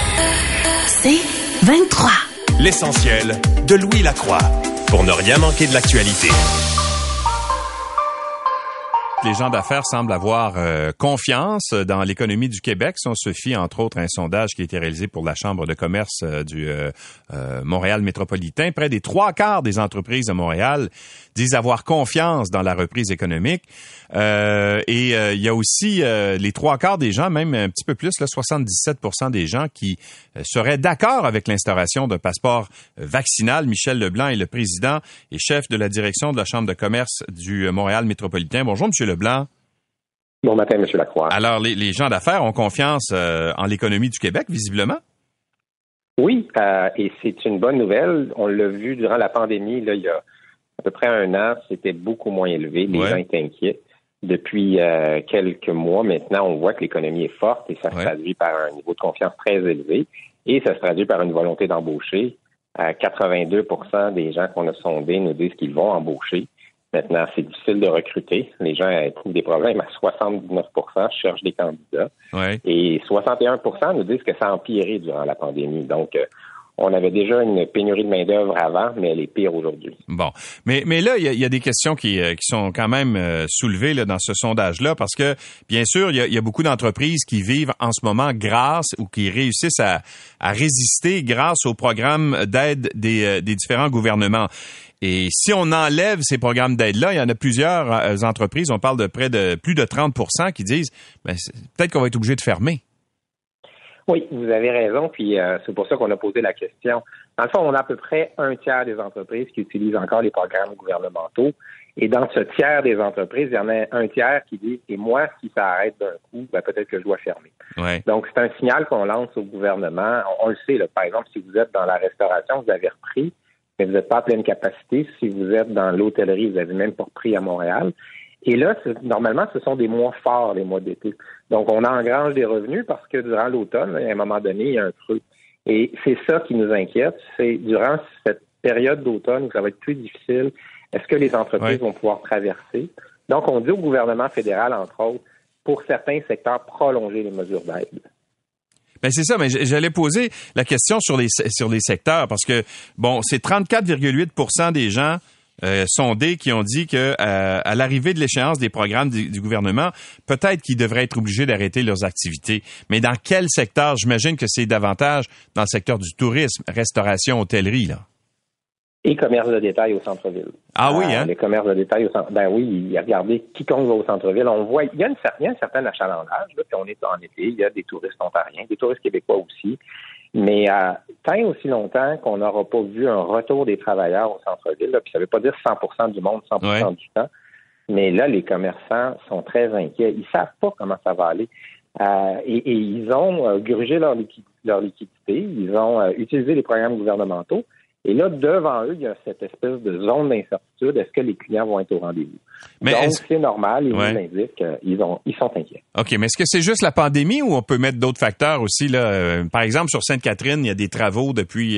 C'est 23. L'essentiel de Louis Lacroix, pour ne rien manquer de l'actualité. Les gens d'affaires semblent avoir confiance dans l'économie du Québec. Si on se fie, entre autres, à un sondage qui a été réalisé pour la Chambre de commerce du Montréal métropolitain, près des 3/4 des entreprises de Montréal disent avoir confiance dans la reprise économique. Il y a aussi les 3/4 des gens, même un petit peu plus, là, 77% des gens qui seraient d'accord avec l'instauration d'un passeport vaccinal. Michel Leblanc est le président et chef de la direction de la Chambre de commerce du Montréal métropolitain. Bonjour, M. Leblanc. Bon matin, M. Lacroix. Alors, les gens d'affaires ont confiance en l'économie du Québec, visiblement? Oui, et c'est une bonne nouvelle. On l'a vu durant la pandémie, là, il y a à peu près un an, c'était beaucoup moins élevé. Les gens étaient inquiets. Depuis quelques mois maintenant, on voit que l'économie est forte et ça se traduit par un niveau de confiance très élevé et ça se traduit par une volonté d'embaucher. 82% des gens qu'on a sondés nous disent qu'ils vont embaucher. Maintenant, c'est difficile de recruter. Les gens trouvent des problèmes. À 79% cherchent des candidats. Et 61% nous disent que ça a empiré durant la pandémie. Donc, on avait déjà une pénurie de main-d'œuvre avant, mais elle est pire aujourd'hui. Bon. Mais là, il y a des questions qui sont quand même soulevées là, dans ce sondage-là, parce que, bien sûr, il y a beaucoup d'entreprises qui vivent en ce moment grâce ou qui réussissent à résister grâce au programme d'aide des différents gouvernements. Et si on enlève ces programmes d'aide-là, il y en a plusieurs entreprises, on parle de près de plus de 30% qui disent peut-être qu'on va être obligé de fermer. Oui, vous avez raison, puis c'est pour ça qu'on a posé la question. Dans le fond, on a à peu près un tiers des entreprises qui utilisent encore les programmes gouvernementaux. Et dans ce tiers des entreprises, il y en a un tiers qui dit « Et moi, si ça arrête d'un coup, peut-être que je dois fermer. » Donc, c'est un signal qu'on lance au gouvernement. On le sait, là, par exemple, si vous êtes dans la restauration, vous avez repris, mais vous n'êtes pas à pleine capacité. Si vous êtes dans l'hôtellerie, vous n'avez même pas repris à Montréal. Et là, normalement, ce sont des mois forts, les mois d'été. Donc, on engrange des revenus parce que durant l'automne, à un moment donné, il y a un creux. Et c'est ça qui nous inquiète. C'est durant cette période d'automne où ça va être plus difficile, est-ce que les entreprises vont pouvoir traverser? Donc, on dit au gouvernement fédéral, entre autres, pour certains secteurs, prolonger les mesures d'aide. Ben c'est ça, mais j'allais poser la question sur les secteurs parce que, bon, c'est 34,8% des gens sondés qui ont dit que à l'arrivée de l'échéance des programmes du gouvernement, peut-être qu'ils devraient être obligés d'arrêter leurs activités. Mais dans quel secteur? J'imagine que c'est davantage dans le secteur du tourisme, restauration, hôtellerie, là. Et commerce de détail au centre-ville. Ah oui, hein? Les commerces de détail au centre. Ben oui, regardez, quiconque va au centre-ville, on voit, il y a un certain achalandage, là, puis on est en été, il y a des touristes ontariens, des touristes québécois aussi. Mais tant et aussi longtemps qu'on n'aura pas vu un retour des travailleurs au centre-ville, là, puis ça ne veut pas dire 100% du monde, 100% du temps, mais là, les commerçants sont très inquiets. Ils savent pas comment ça va aller. Et ils ont grugé leur liquidité, ils ont utilisé les programmes gouvernementaux. Et là, devant eux, il y a cette espèce de zone d'incertitude. Est-ce que les clients vont être au rendez-vous? Donc, c'est normal. Ils nous indiquent qu'ils sont inquiets. OK, mais est-ce que c'est juste la pandémie ou on peut mettre d'autres facteurs aussi, là? Par exemple, sur Sainte-Catherine, il y a des travaux depuis,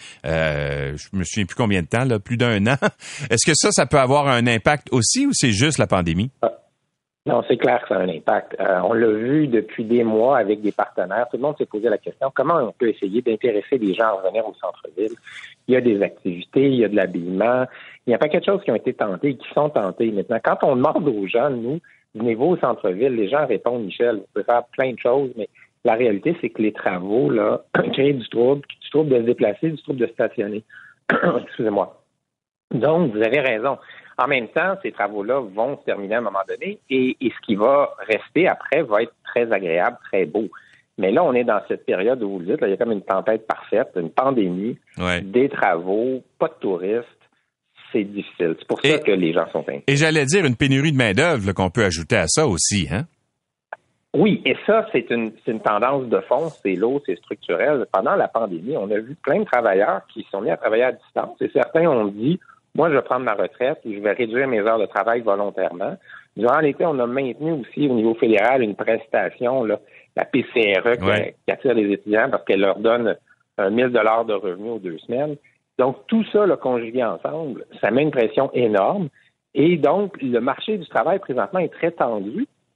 je me souviens plus combien de temps, là, plus d'un an. Est-ce que ça peut avoir un impact aussi ou c'est juste la pandémie? Non, c'est clair que ça a un impact. On l'a vu depuis des mois avec des partenaires. Tout le monde s'est posé la question, comment on peut essayer d'intéresser les gens à revenir au centre-ville? Il y a des activités, il y a de l'habillement. Il y a pas quelque chose qui ont été tentés et qui sont tentés. Maintenant, quand on demande aux gens, nous, venez-vous au centre-ville, les gens répondent, Michel, vous pouvez faire plein de choses, mais la réalité, c'est que les travaux, là, créent du trouble de se déplacer, du trouble de stationner. Excusez-moi. Donc, vous avez raison. En même temps, ces travaux-là vont se terminer à un moment donné et ce qui va rester après va être très agréable, très beau. Mais là, on est dans cette période où vous dites, là, il y a comme une tempête parfaite, une pandémie, des travaux, pas de touristes. C'est difficile. C'est pour ça que les gens sont inquiets. Et j'allais dire une pénurie de main-d'œuvre qu'on peut ajouter à ça aussi, hein? Oui, et ça, c'est une tendance de fond, c'est lourd, c'est structurel. Pendant la pandémie, on a vu plein de travailleurs qui sont mis à travailler à distance et certains ont dit, moi, je vais prendre ma retraite et je vais réduire mes heures de travail volontairement. Durant l'été, on a maintenu aussi au niveau fédéral une prestation, là, la PCRE, qui attire les étudiants parce qu'elle leur donne 1 000 $ de revenus aux 2 semaines. Donc, tout ça, là, conjugué ensemble, ça met une pression énorme. Et donc, le marché du travail, présentement, est très tendu.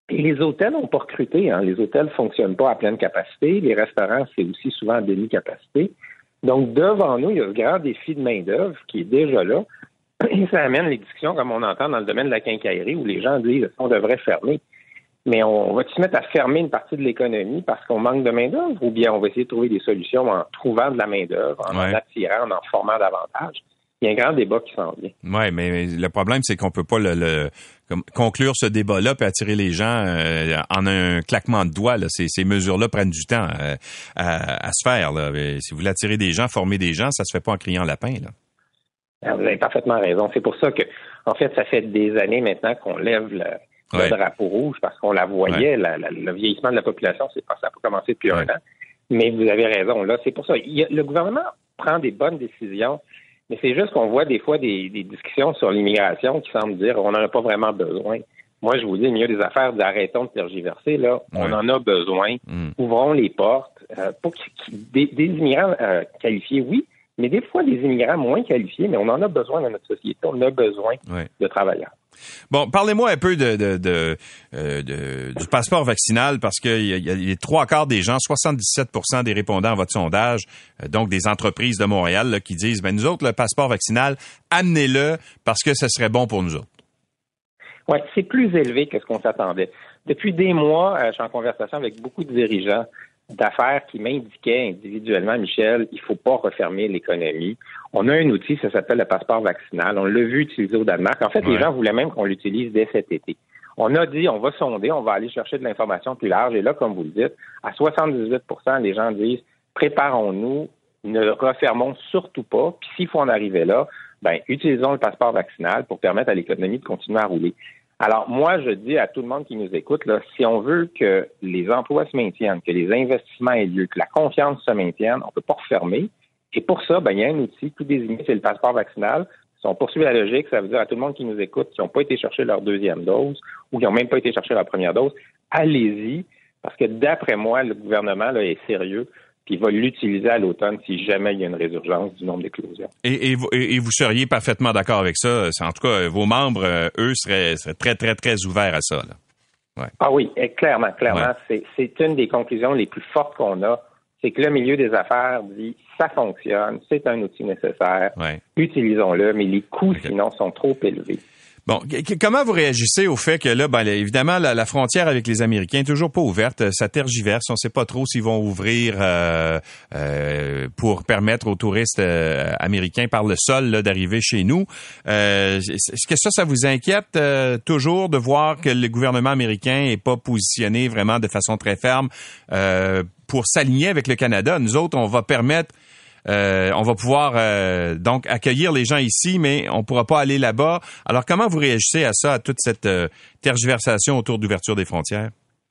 Et les hôtels n'ont pas recruté. Hein. Les hôtels ne fonctionnent pas à pleine capacité. Les restaurants, c'est aussi souvent à demi-capacité. Donc, devant nous, il y a ce grand défi de main-d'œuvre qui est déjà là. Et ça amène les discussions, comme on entend dans le domaine de la quincaillerie, où les gens disent qu'on devrait fermer. Mais on va-tu se mettre à fermer une partie de l'économie parce qu'on manque de main-d'œuvre, ou bien on va essayer de trouver des solutions en trouvant de la main-d'œuvre, en attirant, en formant davantage? Il y a un grand débat qui s'en vient. Oui, mais le problème, c'est qu'on peut pas conclure ce débat-là puis attirer les gens en un claquement de doigts. Là. Ces mesures-là prennent du temps à se faire. Là. Si vous voulez attirer des gens, former des gens, ça se fait pas en criant lapin. Là. Alors, vous avez parfaitement raison. C'est pour ça que, en fait, ça fait des années maintenant qu'on lève le drapeau rouge parce qu'on la voyait, le vieillissement de la population, ça n'a pas commencé depuis un an. Mais vous avez raison. Là, c'est pour ça. Le gouvernement prend des bonnes décisions. Mais c'est juste qu'on voit des fois des discussions sur l'immigration qui semblent dire qu'on n'en a pas vraiment besoin. Moi, je vous dis, il y a des affaires d'arrêtons de tergiverser. Là, on en a besoin. Ouvrons les portes. Pour des immigrants qualifiés, oui, mais des fois des immigrants moins qualifiés, mais on en a besoin dans notre société. On a besoin de travailleurs. Bon, parlez-moi un peu du passeport vaccinal parce qu'il y a les 3/4 des gens, 77% des répondants à votre sondage, donc des entreprises de Montréal là, qui disent, nous autres, le passeport vaccinal, amenez-le parce que ce serait bon pour nous autres. Oui, c'est plus élevé que ce qu'on s'attendait. Depuis des mois, je suis en conversation avec beaucoup de dirigeants d'affaires qui m'indiquaient individuellement, Michel, il ne faut pas refermer l'économie. On a un outil, ça s'appelle le passeport vaccinal. On l'a vu utiliser au Danemark. En fait, les gens voulaient même qu'on l'utilise dès cet été. On a dit, on va sonder, on va aller chercher de l'information plus large. Et là, comme vous le dites, à 78%, les gens disent, préparons-nous, ne refermons surtout pas. Puis s'il faut en arriver là, utilisons le passeport vaccinal pour permettre à l'économie de continuer à rouler. Alors, moi, je dis à tout le monde qui nous écoute, là, si on veut que les emplois se maintiennent, que les investissements aient lieu, que la confiance se maintienne, on ne peut pas refermer. Et pour ça, il y a un outil tout désigné, c'est le passeport vaccinal. Si on poursuit la logique, ça veut dire à tout le monde qui nous écoute, qui n'ont pas été chercher leur deuxième dose ou qui n'ont même pas été chercher leur première dose, allez-y, parce que d'après moi, le gouvernement là, est sérieux. Puis il va l'utiliser à l'automne si jamais il y a une résurgence du nombre d'éclosions. Et vous seriez parfaitement d'accord avec ça? En tout cas, vos membres, eux, seraient très, très, très ouverts à ça. Là. Ouais. Ah oui, clairement. Ouais. C'est une des conclusions les plus fortes qu'on a. C'est que le milieu des affaires dit ça fonctionne, c'est un outil nécessaire, utilisons-le, mais les coûts, sinon, sont trop élevés. Bon, comment vous réagissez au fait que là, évidemment, la frontière avec les Américains est toujours pas ouverte, ça tergiverse, on sait pas trop s'ils vont ouvrir pour permettre aux touristes américains par le sol là, d'arriver chez nous. Est-ce que ça vous inquiète toujours de voir que le gouvernement américain est pas positionné vraiment de façon très ferme pour s'aligner avec le Canada? Nous autres, on va permettre on va pouvoir donc accueillir les gens ici, mais on ne pourra pas aller là-bas. Alors, comment vous réagissez à ça, à toute cette tergiversation autour d'ouverture des frontières?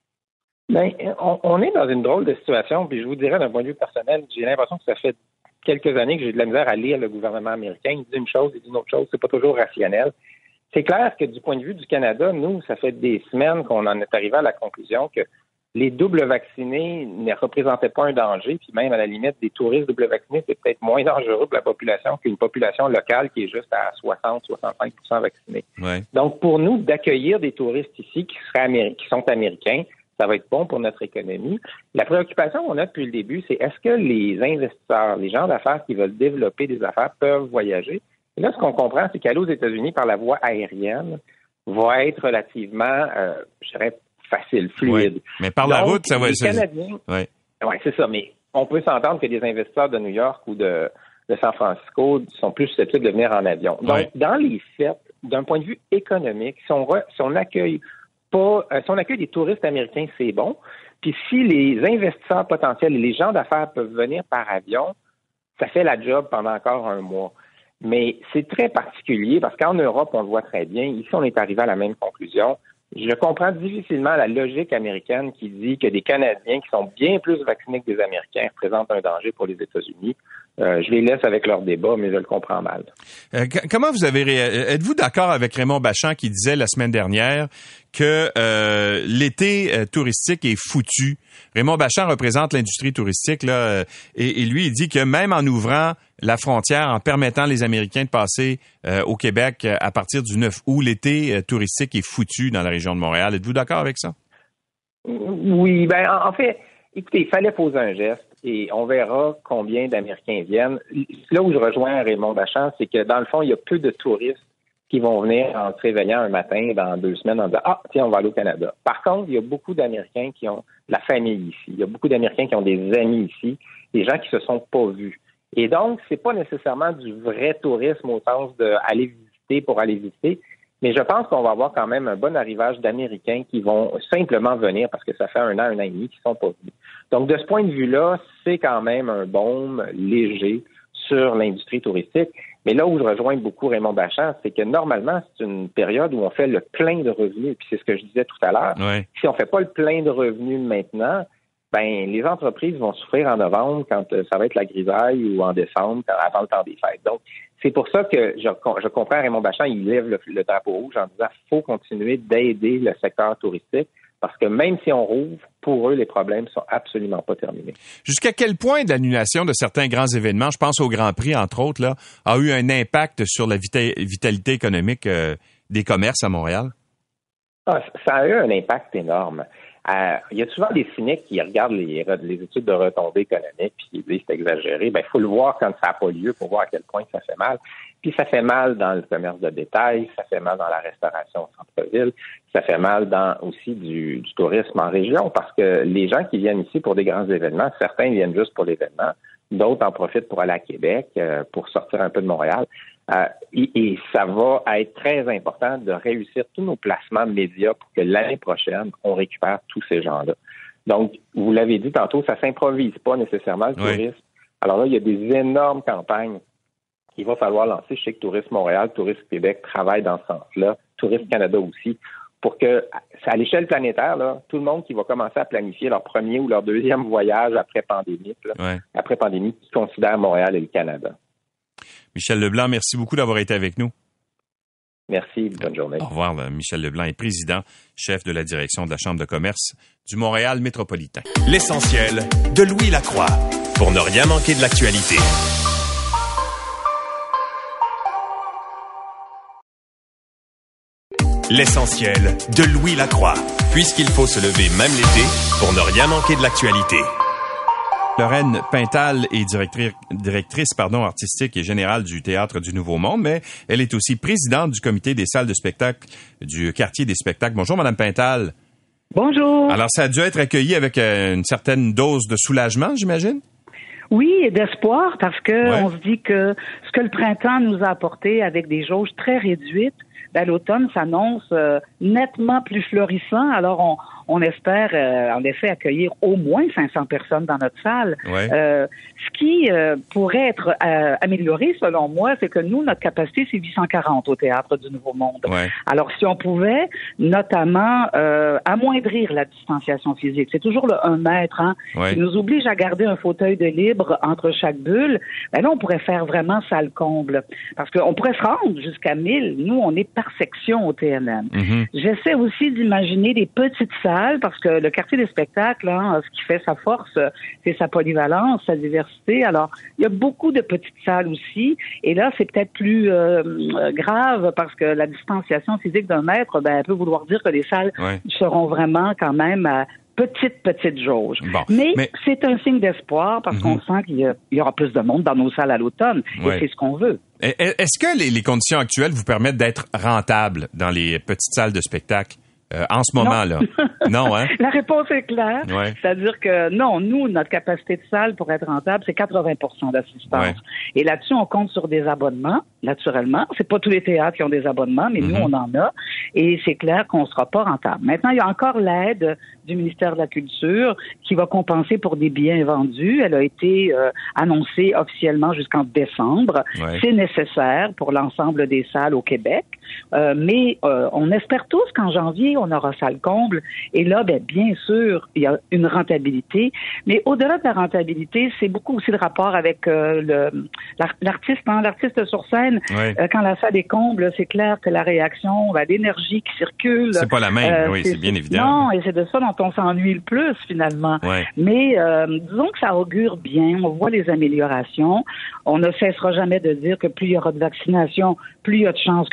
On est dans une drôle de situation, puis je vous dirais d'un point de vue personnel, j'ai l'impression que ça fait quelques années que j'ai de la misère à lire le gouvernement américain. Il dit une chose, il dit une autre chose, c'est pas toujours rationnel. C'est clair que du point de vue du Canada, nous, ça fait des semaines qu'on en est arrivé à la conclusion que les doubles vaccinés ne représentaient pas un danger, puis même à la limite, des touristes double vaccinés, c'est peut-être moins dangereux pour la population qu'une population locale qui est juste à 60-65% vaccinée. Ouais. Donc, pour nous, d'accueillir des touristes ici qui sont américains, ça va être bon pour notre économie. La préoccupation qu'on a depuis le début, c'est est-ce que les investisseurs, les gens d'affaires qui veulent développer des affaires peuvent voyager? Et là, ce qu'on comprend, c'est qu'aller aux États-Unis par la voie aérienne va être relativement, je dirais, facile, fluide. Oui, mais par la route, ça va être... Les Canadiens... Oui, c'est ça, mais on peut s'entendre que les investisseurs de New York ou de San Francisco sont plus susceptibles de venir en avion. Donc, dans les faits, d'un point de vue économique, si on accueille des touristes américains, c'est bon. Puis si les investisseurs potentiels et les gens d'affaires peuvent venir par avion, ça fait la job pendant encore un mois. Mais c'est très particulier parce qu'en Europe, on le voit très bien. Ici, on est arrivé à la même conclusion. Je comprends difficilement la logique américaine qui dit que des Canadiens qui sont bien plus vaccinés que des Américains représentent un danger pour les États-Unis. Je les laisse avec leur débat, mais je le comprends mal. Comment vous avez êtes-vous d'accord avec Raymond Bachand qui disait la semaine dernière que l'été touristique est foutu? Raymond Bachand représente l'industrie touristique là, et lui, il dit que même en ouvrant la frontière, en permettant les Américains de passer au Québec à partir du 9 août, l'été touristique est foutu dans la région de Montréal. Êtes-vous d'accord avec ça? Oui, ben en fait, écoutez, il fallait poser un geste et on verra combien d'Américains viennent. Là où je rejoins Raymond Bachand, c'est que dans le fond, il y a peu de touristes qui vont venir en se réveillant un matin dans 2 semaines en disant « Ah, tiens, on va aller au Canada ». Par contre, il y a beaucoup d'Américains qui ont de la famille ici. Il y a beaucoup d'Américains qui ont des amis ici, des gens qui se sont pas vus. Et donc, c'est pas nécessairement du vrai tourisme au sens d'aller visiter pour aller visiter, mais je pense qu'on va avoir quand même un bon arrivage d'Américains qui vont simplement venir parce que ça fait 1 an et demi qu'ils sont pas venus. Donc, de ce point de vue-là, c'est quand même un baume léger sur l'industrie touristique. Mais là où je rejoins beaucoup Raymond Bachand, c'est que normalement, c'est une période où on fait le plein de revenus. Puis c'est ce que je disais tout à l'heure. Ouais. Si on fait pas le plein de revenus maintenant, ben les entreprises vont souffrir en novembre quand ça va être la grisaille ou en décembre, avant le temps des fêtes. Donc, c'est pour ça que je comprends Raymond Bachand, il lève le drapeau rouge en disant qu'il faut continuer d'aider le secteur touristique parce que même si on rouvre, pour eux, les problèmes sont absolument pas terminés. Jusqu'à quel point l'annulation de certains grands événements, je pense au Grand Prix, entre autres, là, a eu un impact sur la vitalité économique des commerces à Montréal? Ah, ça a eu un impact énorme. Il y a souvent des cyniques qui regardent les études de retombées économiques puis qui disent que c'est exagéré. Ben, il faut le voir quand ça n'a pas lieu pour voir à quel point ça fait mal. Puis ça fait mal dans le commerce de détail, ça fait mal dans la restauration au centre-ville, ça fait mal dans aussi du tourisme en région parce que les gens qui viennent ici pour des grands événements, certains viennent juste pour l'événement, d'autres en profitent pour aller à Québec, pour sortir un peu de Montréal. Et ça va être très important de réussir tous nos placements médias pour que l'année prochaine, on récupère tous ces gens-là. Donc, vous l'avez dit tantôt, ça s'improvise pas nécessairement le tourisme. Alors là, il y a des énormes campagnes qu'il va falloir lancer. Je sais que Tourisme Montréal, Tourisme Québec travaillent dans ce sens-là, Tourisme Canada aussi, pour que, à l'échelle planétaire, là, tout le monde qui va commencer à planifier leur premier ou leur deuxième voyage après pandémie, qui considère Montréal et le Canada. Michel Leblanc, merci beaucoup d'avoir été avec nous. Merci, bonne journée. Au revoir. Michel Leblanc est président, chef de la direction de la Chambre de commerce du Montréal métropolitain. L'essentiel de Louis Lacroix, pour ne rien manquer de l'actualité. L'essentiel de Louis Lacroix, puisqu'il faut se lever même l'été pour ne rien manquer de l'actualité. Lorraine Pintal est directrice artistique et générale du Théâtre du Nouveau Monde, mais elle est aussi présidente du comité des salles de spectacle du quartier des spectacles. Bonjour, Madame Pintal. Bonjour. Alors, ça a dû être accueilli avec une certaine dose de soulagement, j'imagine? Oui, et d'espoir, parce que on se dit que ce que le printemps nous a apporté avec des jauges très réduites, ben, l'automne s'annonce nettement plus florissant. Alors, on espère, en effet, accueillir au moins 500 personnes dans notre salle. Ouais. Ce qui pourrait être amélioré, selon moi, c'est que nous, notre capacité, c'est 840 au Théâtre du Nouveau Monde. Ouais. Alors, si on pouvait, notamment, amoindrir la distanciation physique, c'est toujours le 1 mètre, qui nous oblige à garder un fauteuil de libre entre chaque bulle, ben là, on pourrait faire vraiment salle comble. Parce qu'on pourrait se rendre jusqu'à 1000. Nous, on est par section au TNM. Mm-hmm. J'essaie aussi d'imaginer des petites salles, parce que le quartier des spectacles, ce qui fait sa force, c'est sa polyvalence, sa diversité. Alors, il y a beaucoup de petites salles aussi. Et là, c'est peut-être plus grave parce que la distanciation physique d'1 mètre, ben, elle peut vouloir dire que les salles seront vraiment quand même à petite jauge. Bon, mais c'est un signe d'espoir parce qu'on sent qu'il y aura plus de monde dans nos salles à l'automne. Et c'est ce qu'on veut. Est-ce que les conditions actuelles vous permettent d'être rentable dans les petites salles de spectacle? En ce moment-là. Non, hein? La réponse est claire. Ouais. C'est-à-dire que non, nous, notre capacité de salle pour être rentable, c'est 80% d'assistance. Ouais. Et là-dessus, on compte sur des abonnements, naturellement. C'est pas tous les théâtres qui ont des abonnements, mais nous, on en a. Et c'est clair qu'on sera pas rentable. Maintenant, il y a encore l'aide du ministère de la Culture qui va compenser pour des billets vendus. Elle a été annoncée officiellement jusqu'en décembre. Ouais. C'est nécessaire pour l'ensemble des salles au Québec. Mais on espère tous qu'en janvier, on aura salle comble. Et là, bien sûr, il y a une rentabilité. Mais au-delà de la rentabilité, c'est beaucoup aussi le rapport avec l'artiste, l'artiste sur scène. Ouais. Quand la salle est comble, c'est clair que la réaction, l'énergie qui circule. C'est pas la même, c'est bien évident. Non, et c'est de ça dont on s'ennuie le plus, finalement. Ouais. Mais disons que ça augure bien. On voit les améliorations. On ne cessera jamais de dire que plus il y aura de vaccination, plus il y a de chances que le public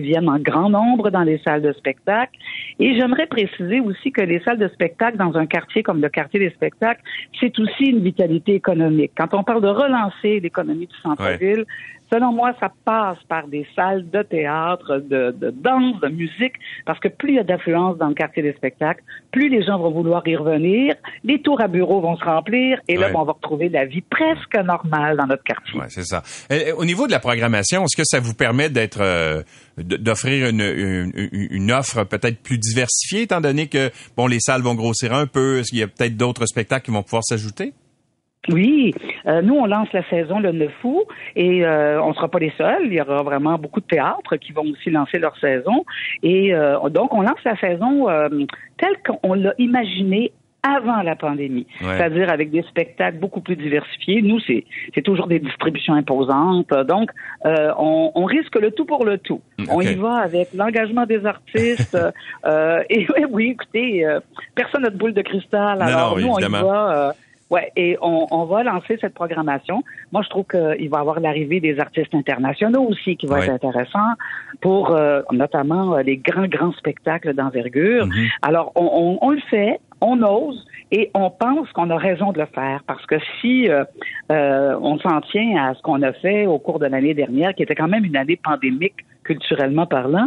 viennent en grand nombre dans les salles de spectacle. Et j'aimerais préciser aussi que les salles de spectacle dans un quartier comme le quartier des spectacles, c'est aussi une vitalité économique. Quand on parle de relancer l'économie du centre-ville, selon moi, ça passe par des salles de théâtre, de danse, de musique, parce que plus il y a d'affluence dans le quartier des spectacles, plus les gens vont vouloir y revenir, les tours à bureaux vont se remplir, et là, on va retrouver la vie presque normale dans notre quartier. Ouais, c'est ça. Au niveau de la programmation, est-ce que ça vous permet d'offrir une offre peut-être plus diversifiée, étant donné que, les salles vont grossir un peu, est-ce qu'il y a peut-être d'autres spectacles qui vont pouvoir s'ajouter? Oui, nous on lance la saison le 9 août et on sera pas les seuls. Il y aura vraiment beaucoup de théâtres qui vont aussi lancer leur saison et donc on lance la saison telle qu'on l'a imaginée avant la pandémie, c'est-à-dire avec des spectacles beaucoup plus diversifiés. Nous, c'est toujours des distributions imposantes, donc on risque le tout pour le tout. Okay. On y va avec l'engagement des artistes et oui, écoutez, personne n'a de boule de cristal, alors nous évidemment. On y va. Et on va lancer cette programmation. Moi, je trouve qu'il va y avoir l'arrivée des artistes internationaux aussi qui va être intéressant pour notamment les grands spectacles d'envergure. Mm-hmm. Alors, on le fait, on ose et on pense qu'on a raison de le faire parce que si on s'en tient à ce qu'on a fait au cours de l'année dernière, qui était quand même une année pandémique, culturellement parlant,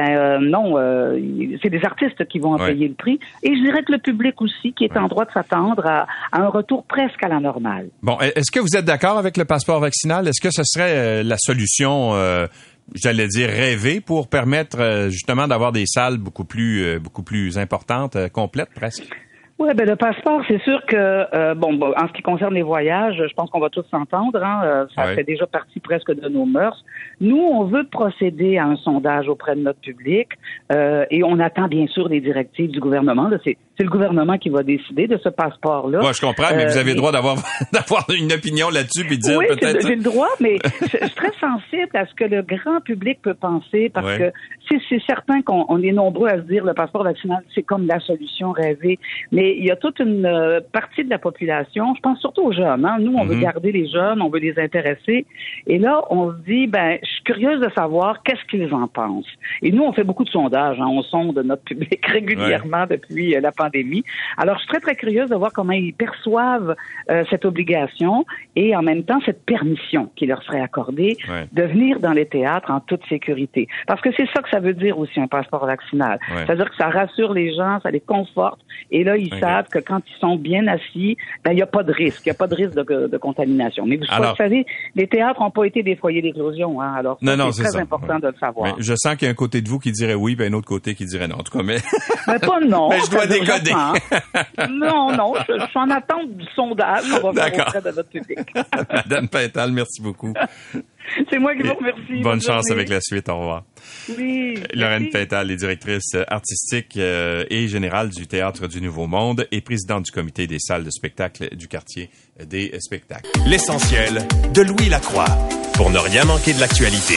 c'est des artistes qui vont en payer le prix. Et je dirais que le public aussi, qui est en droit de s'attendre à un retour presque à la normale. Bon, est-ce que vous êtes d'accord avec le passeport vaccinal? Est-ce que ce serait la solution, j'allais dire, rêvée pour permettre justement d'avoir des salles beaucoup plus importantes, complètes presque? Oui, le passeport, c'est sûr que, en ce qui concerne les voyages, je pense qu'on va tous s'entendre, ça fait déjà partie presque de nos mœurs. Nous, on veut procéder à un sondage auprès de notre public, et on attend bien sûr les directives du gouvernement. Là, c'est le gouvernement qui va décider de ce passeport-là. Moi, je comprends, mais vous avez le droit d'avoir une opinion là-dessus, puis dire peut-être... Oui, j'ai le droit, mais je suis très sensible à ce que le grand public peut penser, parce que c'est certain qu'on est nombreux à se dire le passeport vaccinal, c'est comme la solution rêvée, mais il y a toute une partie de la population, je pense surtout aux jeunes. Nous, on veut garder les jeunes, on veut les intéresser. Et là, on se dit, je suis curieuse de savoir qu'est-ce qu'ils en pensent. Et nous, on fait beaucoup de sondages. On sonde notre public régulièrement depuis la pandémie. Alors, je suis très, très curieuse de voir comment ils perçoivent cette obligation et en même temps cette permission qui leur serait accordée de venir dans les théâtres en toute sécurité. Parce que c'est ça que ça veut dire aussi, un passeport vaccinal. C'est-à-dire que ça rassure les gens, ça les conforte. Et là, ils savent que quand ils sont bien assis, il n'y a pas de risque. Il n'y a pas de risque de contamination. Mais vous savez, les théâtres n'ont pas été des foyers d'éclosion. Alors, c'est très important de le savoir. Mais je sens qu'il y a un côté de vous qui dirait oui, un autre côté qui dirait non. En tout cas, mais pas non. Mais je dois décoder. Non, je suis en attente du sondage. On va faire auprès de notre public. Madame Pintal, merci beaucoup. C'est moi qui vous remercie. Bonne chance avec la suite. Au revoir. Oui. Lorraine Pintal est directrice artistique et générale du Théâtre du Nouveau Monde et présidente du comité des salles de spectacle du quartier des spectacles. L'essentiel de Louis Lacroix pour ne rien manquer de l'actualité.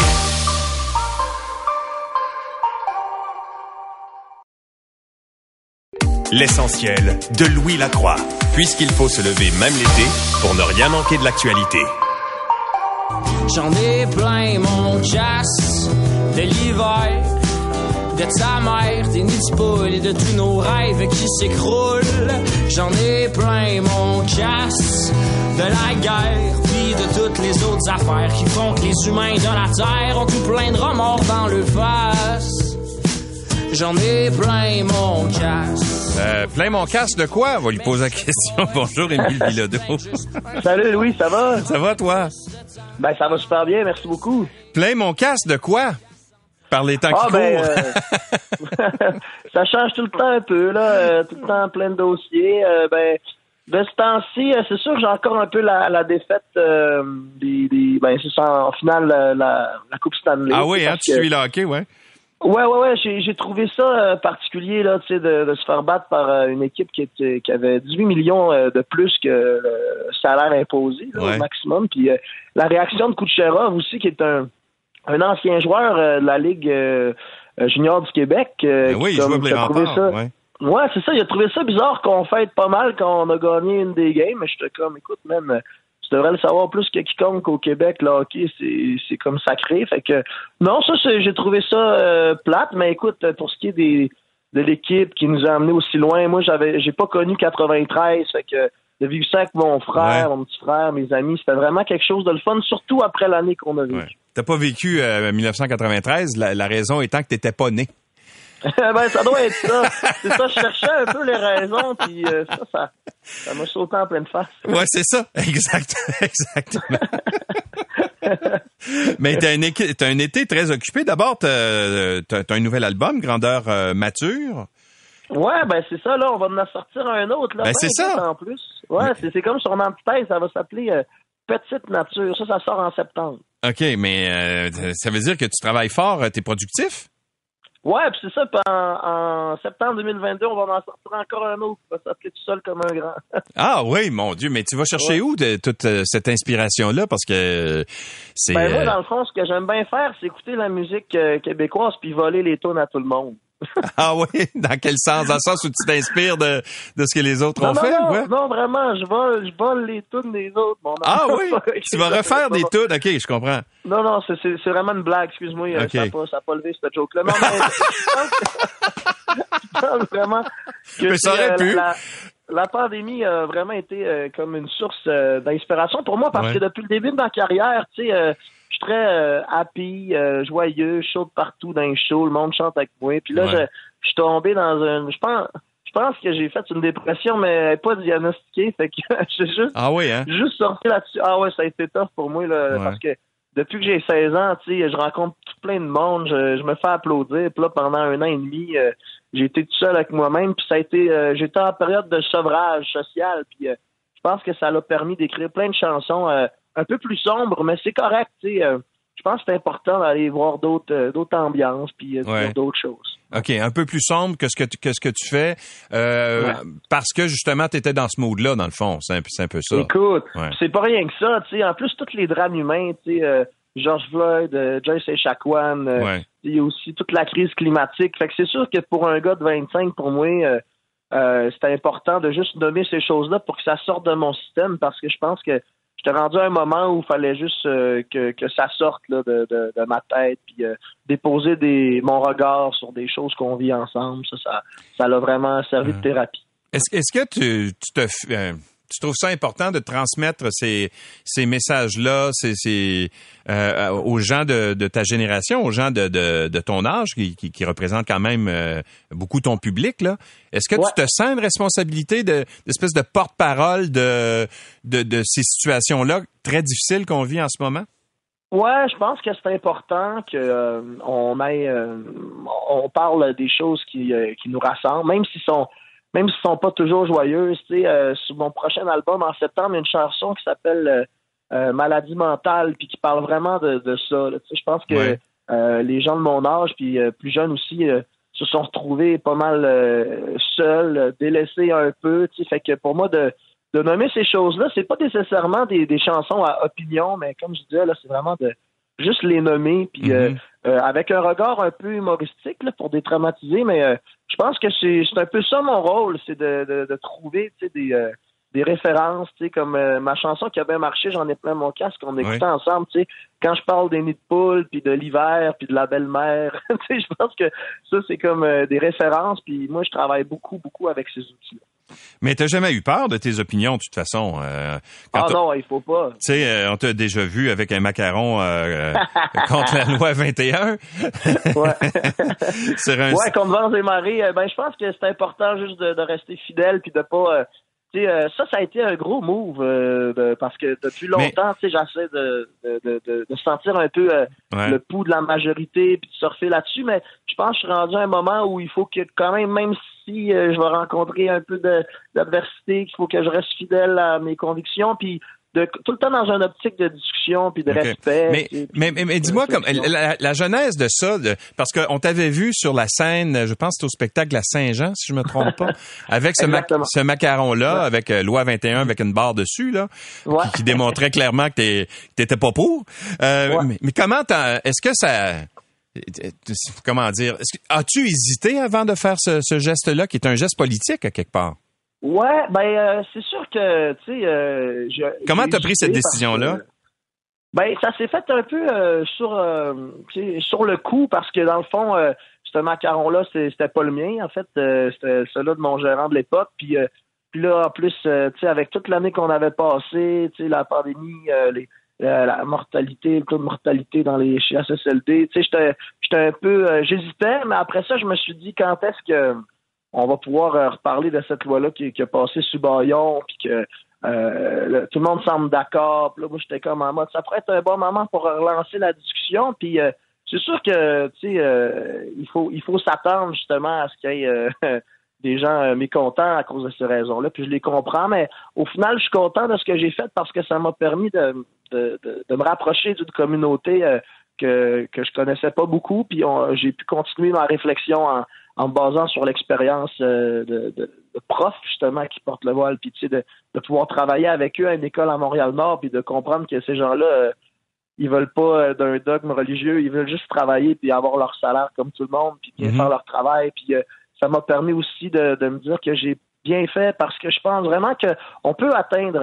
L'essentiel de Louis Lacroix, puisqu'il faut se lever même l'été pour ne rien manquer de l'actualité. J'en ai plein mon casse de l'hiver, de ta mère, des nids de poules et de tous nos rêves qui s'écroulent. J'en ai plein mon casse de la guerre, puis de toutes les autres affaires qui font que les humains de la terre ont tout plein de remords dans le face. J'en ai plein mon casse. Plein mon casse de quoi? On va lui poser la question. Bonjour, Émile Bilodeau. Salut Louis, ça va? Ça va, toi? Ça va super bien, merci beaucoup. Plein mon casse de quoi? Par les temps qui courent. Ça change tout le temps un peu, là. Tout le temps plein de dossiers. De ce temps-ci, c'est sûr que j'ai encore un peu la défaite c'est ça, en finale, la Coupe Stanley. Ah oui, tu suis le hockey, ouais. Ouais, j'ai trouvé ça particulier là, tu sais, de se faire battre par une équipe qui avait 18 millions de plus que le salaire imposé au maximum. Puis la réaction de Kucherov aussi, qui est un ancien joueur de la Ligue junior du Québec. Il joue les remparts. Ouais, c'est ça. Il a trouvé ça bizarre qu'on fête pas mal quand on a gagné une des games. Mais j'étais comme, écoute, même tu devrais le savoir plus que quiconque au Québec, le hockey, c'est comme sacré. Fait que non, ça, j'ai trouvé ça plate, mais écoute, pour ce qui est de l'équipe qui nous a amenés aussi loin, moi, j'ai pas connu 93, fait que de vivre ça avec mon frère, mon petit frère, mes amis, c'était vraiment quelque chose de le fun, surtout après l'année qu'on a vécu. Ouais. T'as pas vécu 1993, la raison étant que t'étais pas né. Ben, ça doit être ça. C'est ça, je cherchais un peu les raisons, puis ça m'a sauté en pleine face. Ouais, c'est ça. Exactement. Mais t'as un été très occupé. D'abord, t'as un nouvel album, Grandeur mature. Ouais, ben c'est ça, là, on va en sortir un autre, là. Ben, c'est ça. En plus. Ouais, c'est comme sur mon antithèse, ça va s'appeler Petite Nature. Ça sort en septembre. OK, mais ça veut dire que tu travailles fort, t'es productif? Ouais, puis c'est ça, puis en septembre 2022, on va en sortir encore un autre qui va s'appeler Tout seul comme un grand. Ah oui, mon Dieu, mais tu vas chercher où toute cette inspiration-là? Parce que c'est... Ben moi, dans le fond, ce que j'aime bien faire, c'est écouter la musique québécoise puis voler les tunes à tout le monde. Ah oui? Dans quel sens? Dans le sens où tu t'inspires de ce que les autres ont fait? Non, vraiment, je vole les tunes des autres. Ah oui? Tu vas refaire des tunes? OK, je comprends. Non, c'est vraiment une blague. Excuse-moi, okay. Ça n'a pas levé cette joke-là. Non, mais je pense vraiment que ça aurait pu. La pandémie a vraiment été comme une source d'inspiration pour moi parce que depuis le début de ma carrière, tu sais... je suis très happy, joyeux, chaud partout dans les shows, le monde chante avec moi. Puis là, je suis tombé dans je pense que j'ai fait une dépression, mais pas diagnostiquée. Fait que j'ai juste sorti là-dessus. Ah ouais, ça a été tough pour moi, là, parce que depuis que j'ai 16 ans, tu sais, je rencontre tout plein de monde, je me fais applaudir. Puis là, pendant 1 an et demi, j'ai été tout seul avec moi-même. Puis ça a été, j'étais en période de sevrage social. Puis je pense que ça l'a permis d'écrire plein de chansons un peu plus sombres, mais c'est correct, tu sais. Je pense que c'est important d'aller voir d'autres ambiances puis d'autres choses. OK, un peu plus sombre que ce que tu fais parce que justement tu étais dans ce mood-là dans le fond, c'est un peu ça. Écoute, c'est pas rien que ça, tu sais, en plus tous les drames humains, tu sais George Floyd, Joyce Echaquan, il y a aussi toute la crise climatique. Fait que c'est sûr que pour un gars de 25 pour moi c'était important de juste nommer ces choses-là pour que ça sorte de mon système parce que je pense que j'étais rendu à un moment où il fallait juste que ça sorte là, de ma tête, puis déposer mon regard sur des choses qu'on vit ensemble. Ça l'a vraiment servi de thérapie. Est-ce que tu trouves ça important de transmettre ces messages-là aux gens de ta génération, aux gens de ton âge, qui représentent quand même beaucoup ton public, là? Est-ce que tu te sens une responsabilité d'espèce de porte-parole de ces situations-là très difficiles qu'on vit en ce moment? Ouais, je pense que c'est important que on parle des choses qui nous rassemblent, même s'ils sont pas toujours joyeuses. Tu sais, sur mon prochain album en septembre, il y a une chanson qui s'appelle Maladie mentale, puis qui parle vraiment de ça. Là. Tu sais, je pense que les gens de mon âge, puis plus jeunes aussi, se sont retrouvés pas mal seuls, délaissés un peu. Tu sais, fait que pour moi de nommer ces choses-là, c'est pas nécessairement des chansons à opinion, mais comme je disais, là, c'est vraiment de juste les nommer, puis avec un regard un peu humoristique là, pour détraumatiser, mais je pense que c'est un peu ça mon rôle, c'est de trouver des références, comme ma chanson qui a bien marché, J'en ai plein mon casque, on écoutait ensemble, quand je parle des nids de poules, puis de l'hiver, puis de la belle-mère, je pense que ça, c'est comme des références, puis moi, je travaille beaucoup, beaucoup avec ces outils-là. Mais t'as jamais eu peur de tes opinions, de toute façon. Non, il faut pas. Tu sais, on t'a déjà vu avec un macaron contre la loi 21. Ouais, contre vents et marées. Je pense que c'est important juste de rester fidèle puis de pas... ça a été un gros move parce que depuis longtemps, j'essaie de sentir un peu le pouls de la majorité puis de surfer là-dessus, mais je pense que je suis rendu à un moment où il faut que quand même si je vais rencontrer un peu d'adversité, qu'il faut que je reste fidèle à mes convictions, puis tout le temps dans une optique de discussion puis de respect. Mais dis-moi comme la genèse de ça, parce qu'on t'avait vu sur la scène, je pense que c'était au spectacle à Saint-Jean, si je me trompe pas, avec ce macaron-là, avec loi 21, avec une barre dessus, là, qui démontrait clairement que t'étais pas pour. Mais comment est-ce que ça... Comment dire? As-tu hésité avant de faire ce geste-là, qui est un geste politique à quelque part? Ouais, c'est sûr que, tu sais... Comment t'as pris cette décision-là? Ça s'est fait un peu sur le coup, parce que dans le fond, ce macaron-là, c'était pas le mien, en fait. C'était celui de mon gérant de l'époque. Puis là, en plus, tu sais, avec toute l'année qu'on avait passée, tu sais, la pandémie, la mortalité, le taux de mortalité dans les CHSLD, tu sais, j'étais un peu... j'hésitais, mais après ça, je me suis dit, quand est-ce que on va pouvoir reparler de cette loi-là qui a passé sous bâillon, puis que tout le monde semble d'accord. Puis là, moi, j'étais comme en mode, ça pourrait être un bon moment pour relancer la discussion. Puis c'est sûr que, tu sais, il faut s'attendre justement à ce qu'il y ait des gens mécontents à cause de ces raisons-là. Puis je les comprends, mais au final, je suis content de ce que j'ai fait parce que ça m'a permis de me rapprocher d'une communauté que je connaissais pas beaucoup. Puis j'ai pu continuer ma réflexion en me basant sur l'expérience de profs, justement, qui portent le voile, puis tu sais, de pouvoir travailler avec eux à une école à Montréal-Nord, puis de comprendre que ces gens-là, ils veulent pas d'un dogme religieux, ils veulent juste travailler, puis avoir leur salaire comme tout le monde, puis bien faire leur travail, puis ça m'a permis aussi de me dire que j'ai bien fait, parce que je pense vraiment que on peut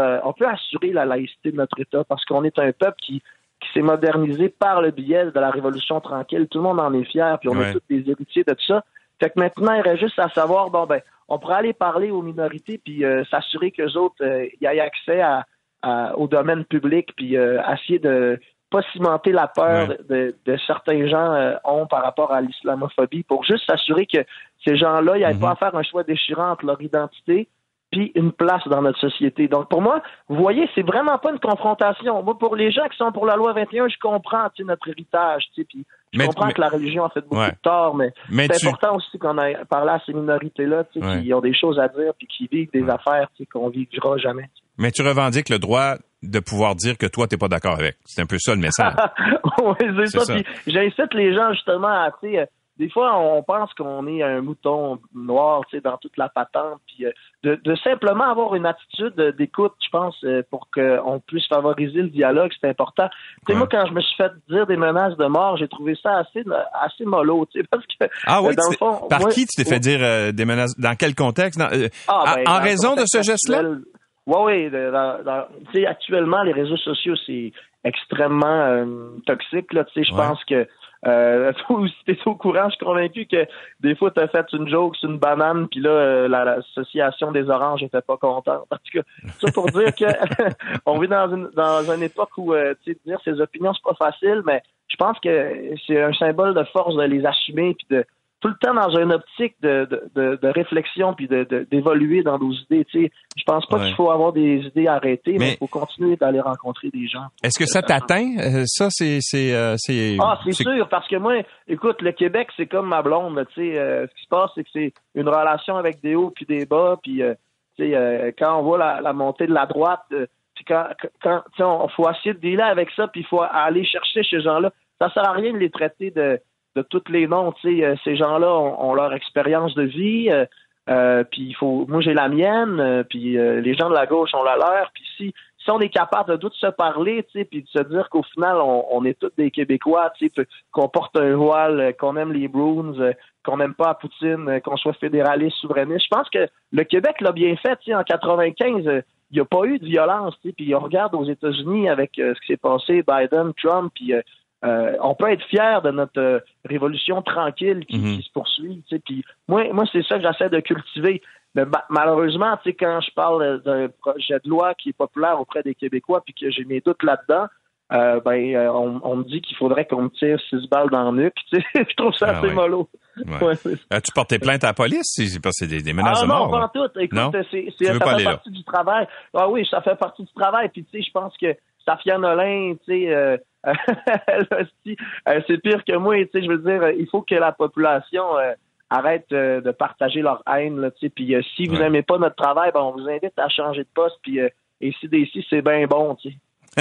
assurer la laïcité de notre État, parce qu'on est un peuple qui s'est modernisé par le biais de la Révolution tranquille. Tout le monde en est fier, puis on est tous des héritiers de tout ça. Fait que maintenant, il reste juste à savoir, on pourrait aller parler aux minorités puis s'assurer qu'eux autres y aient accès au domaine public puis essayer de pas cimenter la peur de certains gens ont par rapport à l'islamophobie pour juste s'assurer que ces gens-là, ils n'aient pas à faire un choix déchirant entre leur identité puis une place dans notre société. Donc, pour moi, vous voyez, c'est vraiment pas une confrontation. Moi, pour les gens qui sont pour la loi 21, je comprends, tu sais, notre héritage, tu sais, puis je comprends que la religion a fait beaucoup de tort, mais c'est important aussi qu'on ait parlé à ces minorités-là, tu sais, qui ont des choses à dire puis qui vivent des affaires, tu sais, qu'on vivra jamais. Mais tu revendiques le droit de pouvoir dire que toi, t'es pas d'accord avec. C'est un peu ça, le message. Oui, c'est ça. Puis j'incite les gens, justement, à, tu sais, des fois, on pense qu'on est un mouton noir, tu sais, dans toute la patente, puis de simplement avoir une attitude d'écoute, je pense, pour qu'on puisse favoriser le dialogue, c'est important. Tu sais, moi, quand je me suis fait dire des menaces de mort, j'ai trouvé ça assez mollo, tu sais, parce que dans le fond, par qui tu t'es fait dire des menaces? Dans quel contexte? En raison de ce geste-là? Oui, tu sais, actuellement, les réseaux sociaux, c'est extrêmement toxique, là, tu sais, je pense que toi aussi, t'es au courant, je suis convaincu que des fois, t'as fait une joke sur une banane, puis là, l'association des oranges était pas contente. En tout cas, ça pour dire que on vit dans une époque où, tu sais, dire ses opinions, c'est pas facile, mais je pense que c'est un symbole de force de les assumer, puis de tout le temps dans une optique de réflexion puis d'évoluer dans nos idées. Tu sais, je pense pas qu'il faut avoir des idées arrêtées, mais il faut continuer d'aller rencontrer des gens. Est-ce que ça t'atteint? Ça, c'est sûr, parce que moi, écoute, le Québec, c'est comme ma blonde. Tu sais, ce qui se passe, c'est que c'est une relation avec des hauts puis des bas. Puis, tu sais, quand on voit la montée de la droite, puis quand on faut essayer de dealer avec ça, puis il faut aller chercher ces gens-là. Ça sert à rien de les traiter de tous les noms, tu sais, ces gens-là ont leur expérience de vie, puis moi j'ai la mienne, puis les gens de la gauche ont la leur, puis si on est capable de tous se parler, tu sais, puis de se dire qu'au final on est tous des Québécois, tu sais, qu'on porte un voile, qu'on aime les Bruins, qu'on n'aime pas Poutine, qu'on soit fédéraliste, souverainiste, je pense que le Québec l'a bien fait, tu sais, en 95, il n'y a pas eu de violence, tu sais, puis on regarde aux États-Unis avec ce qui s'est passé, Biden, Trump, puis on peut être fier de notre révolution tranquille qui se poursuit. Tu sais, puis moi, c'est ça que j'essaie de cultiver. Mais malheureusement, tu sais, quand je parle d'un projet de loi qui est populaire auprès des Québécois, puis que j'ai mes doutes là-dedans, on me dit qu'il faudrait qu'on me tire 6 balles dans le nuque. Tu sais, je trouve ça assez mollo. Ouais. As-tu porté plainte à la police? C'est des menaces de mort. Non, pas en tout. Écoute, ça fait partie du travail. Ah oui, ça fait partie du travail. Puis tu sais, je pense que Safia Nolin, tu sais, c'est pire que moi, tu sais, je veux dire, il faut que la population arrête de partager leur haine, là, tu sais, puis si vous aimez pas notre travail, on vous invite à changer de poste, puis ici, c'est bien bon, tu sais.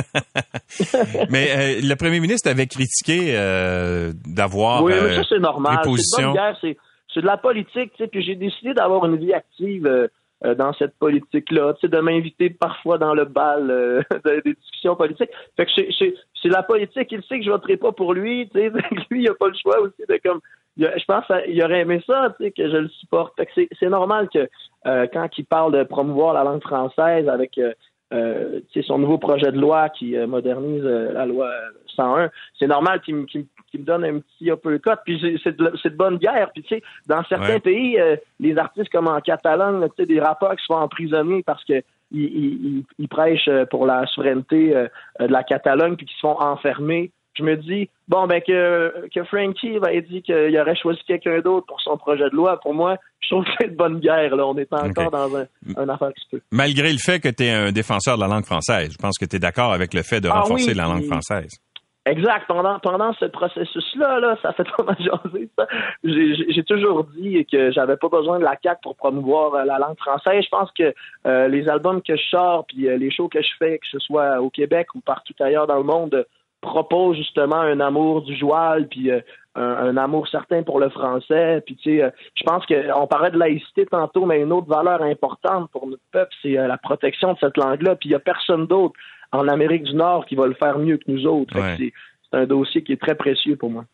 Mais le premier ministre avait critiqué d'avoir mais ça, c'est normal. C'est une bonne guerre, c'est de la politique, tu sais, puis j'ai décidé d'avoir une vie active dans cette politique-là, tu sais, de m'inviter parfois dans le bal des discussions politiques. Fait que c'est la politique, il sait que je voterai pas pour lui, tu sais, lui, il a pas le choix aussi je pense qu'il aurait aimé ça, tu sais, que je le supporte. Fait que c'est normal que quand il parle de promouvoir la langue française avec son nouveau projet de loi qui modernise la loi 101, c'est normal qu'il me donne un petit uppercut, puis c'est de bonne guerre. Puis tu sais, dans certains pays, les artistes comme en Catalogne, tu sais, des rappeurs qui se font emprisonner parce que ils prêchent pour la souveraineté de la Catalogne, puis qui se font enfermer. Je me dis, bon, ben que Frankie ait dit qu'il aurait choisi quelqu'un d'autre pour son projet de loi, pour moi, je trouve que c'est de bonne guerre. Là. On est encore dans un affaire qui se peut. Malgré le fait que tu es un défenseur de la langue française, je pense que tu es d'accord avec le fait de renforcer la langue française. Exact. Pendant ce processus-là, ça fait pas mal jaser, ça. J'ai toujours dit que j'avais pas besoin de la CAQ pour promouvoir la langue française. Je pense que les albums que je sors, puis les shows que je fais, que ce soit au Québec ou partout ailleurs dans le monde, propose justement un amour du joual, puis un amour certain pour le français. Puis tu sais, je pense qu'on parlait de laïcité tantôt, mais une autre valeur importante pour notre peuple, c'est la protection de cette langue-là. Puis il y a personne d'autre en Amérique du Nord qui va le faire mieux que nous autres. Fait que c'est un dossier qui est très précieux pour moi.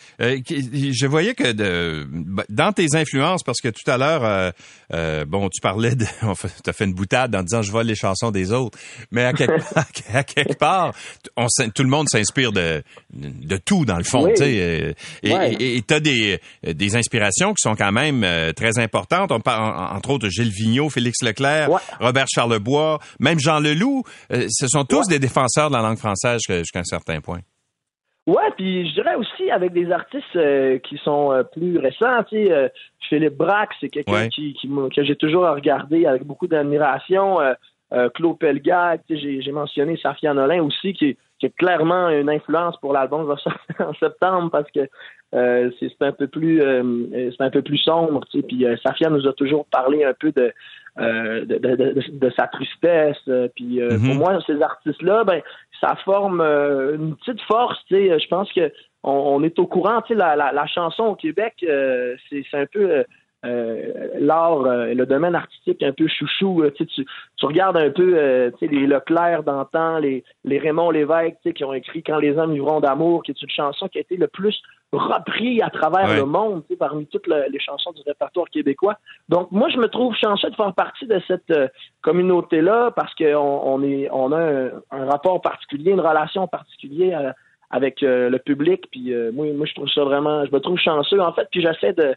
Je voyais que dans tes influences, parce que tout à l'heure, tu parlais t'as fait une boutade en disant je vole les chansons des autres, mais à quelque part, tout le monde s'inspire de tout dans le fond, tu sais, et t'as des inspirations qui sont quand même très importantes. On parle entre autres de Gilles Vigneault, Félix Leclerc, Robert Charlebois, même Jean Leloup. Ce sont tous des défenseurs de la langue française jusqu'à un certain point. Ouais, puis je dirais aussi avec des artistes qui sont plus récents, tu sais, Philippe Braque, c'est quelqu'un que j'ai toujours regardé avec beaucoup d'admiration. Claude Pelgag, tu sais, j'ai mentionné Safia Nolin aussi, qui est clairement une influence pour l'album qui va sortir en septembre parce que c'est un peu plus sombre, tu sais. Puis Safia nous a toujours parlé un peu de sa tristesse. Puis pour moi, ces artistes-là, ben ça forme une petite force, tu sais. Je pense que on est au courant, tu sais, la chanson au Québec, c'est un peu l'art, le domaine artistique un peu chouchou. Tu regardes un peu tu sais, les Leclerc d'antan, les Raymond Lévesque, tu sais, qui ont écrit Quand les hommes vivront d'amour, qui est une chanson qui a été le plus repris à travers le monde, tu sais, parmi toutes les chansons du répertoire québécois. Donc moi, je me trouve chanceux de faire partie de cette communauté-là parce qu'on a un rapport particulier, une relation particulière avec le public. Puis moi, je trouve ça vraiment, je me trouve chanceux en fait. Puis j'essaie de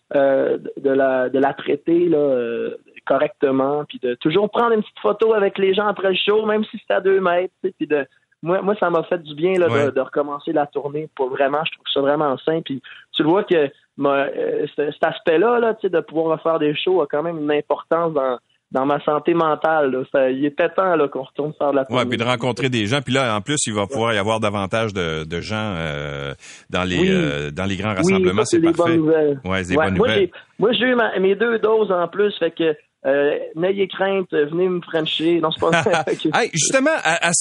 la traiter là correctement, puis de toujours prendre une petite photo avec les gens après le show, même si c'est à 2 mètres, tu sais, puis moi ça m'a fait du bien là de recommencer la tournée. Pour vraiment, je trouve ça vraiment sain. Puis tu le vois que cet aspect-là, tu sais, de pouvoir refaire des shows a quand même une importance dans ma santé mentale. Là. Il était temps là, qu'on retourne faire de la tournée. Ouais, puis de rencontrer des gens. Puis là, en plus, il va pouvoir y avoir davantage de gens dans les grands rassemblements. C'est parfait. Bonnes nouvelles. Ouais, c'est des bonnes nouvelles. Moi, j'ai eu mes 2 doses en plus, fait que n'ayez crainte, venez me frencher. Non, c'est pas vrai. Hey, justement, à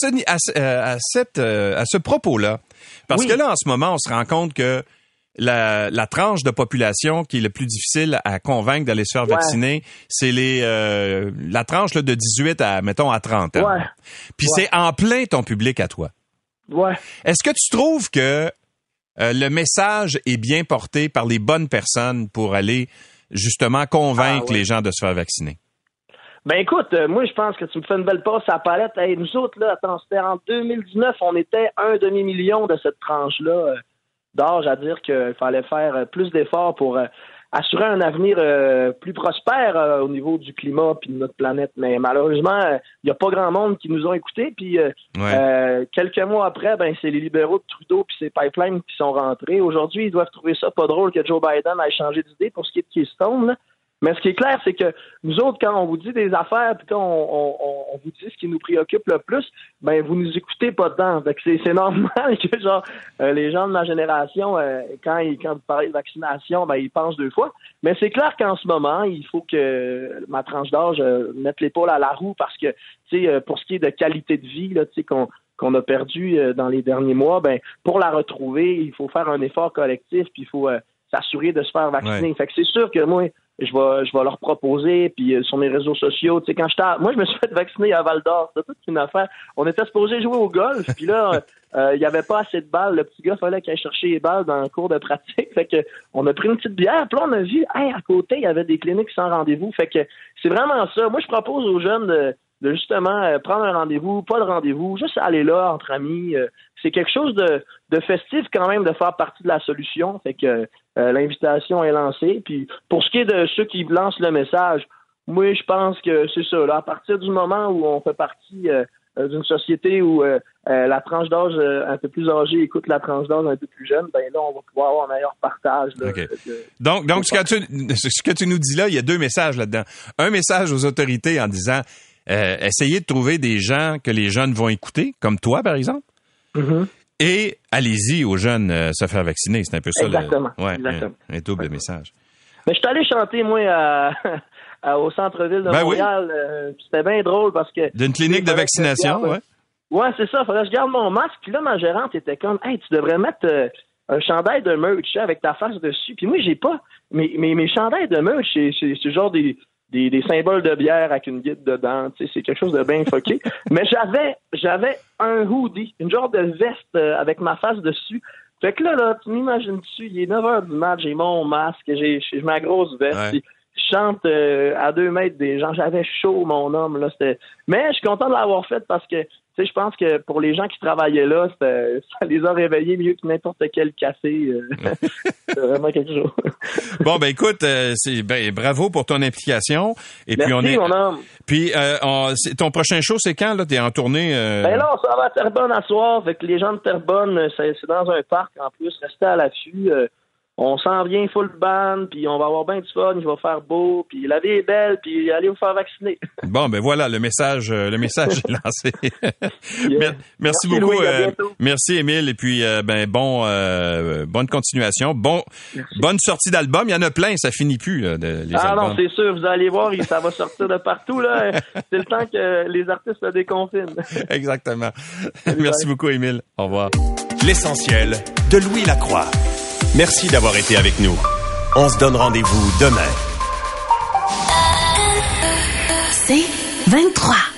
ce propos-là, parce que là, en ce moment, on se rend compte que la tranche de population qui est le plus difficile à convaincre d'aller se faire vacciner, c'est la tranche là, de 18 à 30 ans. Ouais. Puis c'est en plein ton public à toi. Ouais. Est-ce que tu trouves que le message est bien porté par les bonnes personnes pour aller justement convaincre les gens de se faire vacciner? Ben écoute, moi je pense que tu me fais une belle passe à la palette. Hey, nous autres, là, c'était en 2019, on était 1 demi-million de cette tranche-là d'âge, à dire qu'il fallait faire plus d'efforts pour assurer un avenir plus prospère au niveau du climat puis de notre planète. Mais malheureusement, il n'y a pas grand monde qui nous ont écoutés. Puis quelques mois après, ben c'est les libéraux de Trudeau puis ces pipelines qui sont rentrés. Aujourd'hui, ils doivent trouver ça pas drôle que Joe Biden ait changé d'idée pour ce qui est de Keystone, là. Mais ce qui est clair, c'est que nous autres, quand on vous dit des affaires, puis quand on vous dit ce qui nous préoccupe le plus, ben vous nous écoutez pas tant. Fait que c'est normal que genre les gens de ma génération, quand vous parlez de vaccination, ben ils pensent 2 fois. Mais c'est clair qu'en ce moment, il faut que ma tranche d'âge mette l'épaule à la roue parce que tu sais, pour ce qui est de qualité de vie, là, tu sais qu'on a perdu dans les derniers mois, ben pour la retrouver, il faut faire un effort collectif, puis il faut s'assurer de se faire vacciner. Fait que c'est sûr que moi, je vais leur proposer, puis sur mes réseaux sociaux, tu sais, moi je me suis fait vacciner à Val-d'Or, c'était toute une affaire. On était supposé jouer au golf, puis là, il y avait pas assez de balles. Le petit gars fallait qu'il aille chercher les balles dans le cours de pratique. Fait que on a pris une petite bière, puis là on a vu, à côté, il y avait des cliniques sans rendez-vous. Fait que c'est vraiment ça. Moi, je propose aux jeunes de justement prendre un rendez-vous, pas de rendez-vous, juste aller là entre amis. C'est quelque chose de festif quand même de faire partie de la solution. Fait que l'invitation est lancée. Puis pour ce qui est de ceux qui lancent le message, moi je pense que c'est ça. Là, à partir du moment où on fait partie d'une société où la tranche d'âge un peu plus âgée écoute la tranche d'âge un peu plus jeune, ben là on va pouvoir avoir un meilleur partage. Là, okay. Donc ce que tu nous dis là, il y a 2 messages là-dedans. Un message aux autorités en disant essayez de trouver des gens que les jeunes vont écouter, comme toi par exemple. Mm-hmm. Et allez-y aux jeunes se faire vacciner, c'est un peu ça. Exactement. Exactement. Un double message. Mais je suis allé chanter moi au centre-ville de Montréal. Oui. C'était bien drôle parce que... D'une clinique de vaccination, ouais. Ouais, c'est ça. Fallait que je garde mon masque. Puis là, ma gérante était comme, hey, tu devrais mettre un chandail de merch avec ta face dessus. Puis moi, j'ai pas... Mes chandails de merch, c'est genre des symboles de bière avec une guide dedans. Tu sais, c'est quelque chose de bien fucké. Mais j'avais un hoodie, une genre de veste avec ma face dessus. Fait que là, tu m'imagines-tu, il est 9h du mat, j'ai mon masque, je mets ma grosse veste. Ouais. Je chante à 2 mètres des gens. J'avais chaud, mon homme. Là, mais je suis content de l'avoir fait parce que tu sais, je pense que pour les gens qui travaillaient là, ça les a réveillés mieux que n'importe quel café. C'est vraiment quelque chose. Bon, ben écoute, bravo pour ton implication. Et merci, mon homme. Puis ton prochain show, c'est quand là? T'es en tournée? Ben là, on s'en va à Terrebonne à soir. Fait que les gens de Terrebonne, c'est dans un parc en plus. Restez à l'affût. On s'en vient full band, puis on va avoir bien du fun, il va faire beau, puis la vie est belle, puis allez vous faire vacciner. Bon, ben voilà, le message est lancé. Merci beaucoup. Louis, merci Émile, et puis bonne continuation. Bonne sortie d'album. Il y en a plein, ça finit plus là, les albums. Non, c'est sûr, vous allez voir, ça va sortir de partout là. C'est le temps que les artistes se déconfinent. Exactement. Merci beaucoup Émile. Au revoir. L'essentiel de Louis Lacroix. Merci d'avoir été avec nous. On se donne rendez-vous demain. C'est 23.